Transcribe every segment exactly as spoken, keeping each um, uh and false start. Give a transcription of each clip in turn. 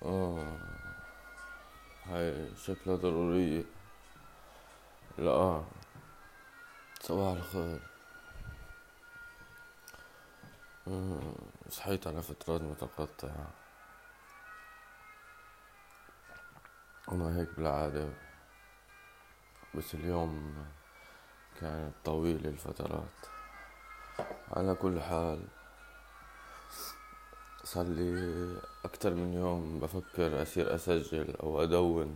آه هاي شكلها ضرورية. لا، صباح الخير. آه، صحيت على فترات متقطعة، أنا هيك بالعادة، بس اليوم كانت طويلة الفترات. على كل حال، صار لي أكتر من يوم بفكر أصير أسجل أو أدون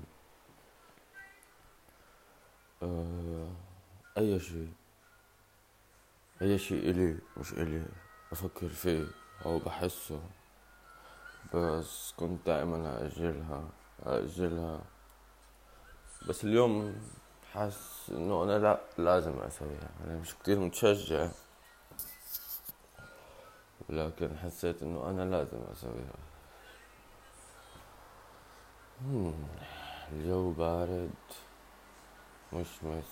آه، أي شيء، أي شيء إلي مش إلي بفكر فيه أو بحسه، بس كنت دائما أأجلها أأجلها. بس اليوم حاسس إنه أنا لا، لازم أسويها. أنا مش كتير متشجع، لكن حسيت إنه أنا لازم أسويها. مم. الجو بارد مشمس.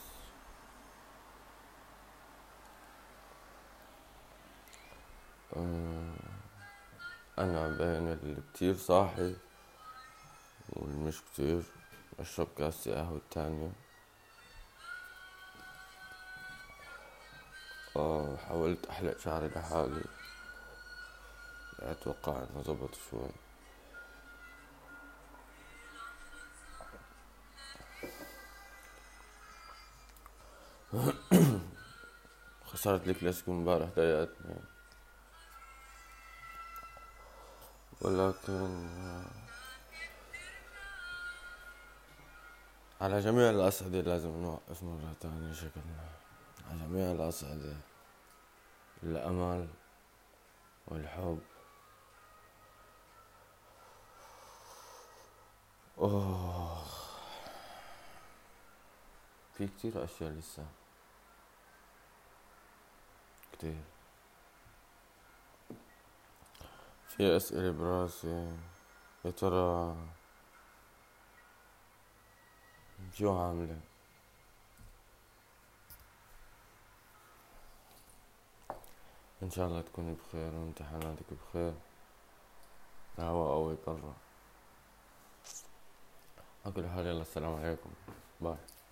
آه، أنا بين الكتير صاحي والمش كتير، أشرب كاسة قهوة تانية. آه، حاولت أحلق شعري لحالي، أتوقع إنه زبط شوي. خسارة الكلاسيكو امبارح ضايقتني، ولكن على جميع الأصعدة لازم نوقف مرة تانية شكلنا. على جميع الأصعدة، الأمل والحب. أوه، في كتير أشياء لسه، كتير. في أسئلة براسي، يا ترى شو عاملة؟ إن شاء الله تكوني بخير وامتحاناتك بخير. الهوا قوي برا. على كل حال، يلا السلام عليكم، باي.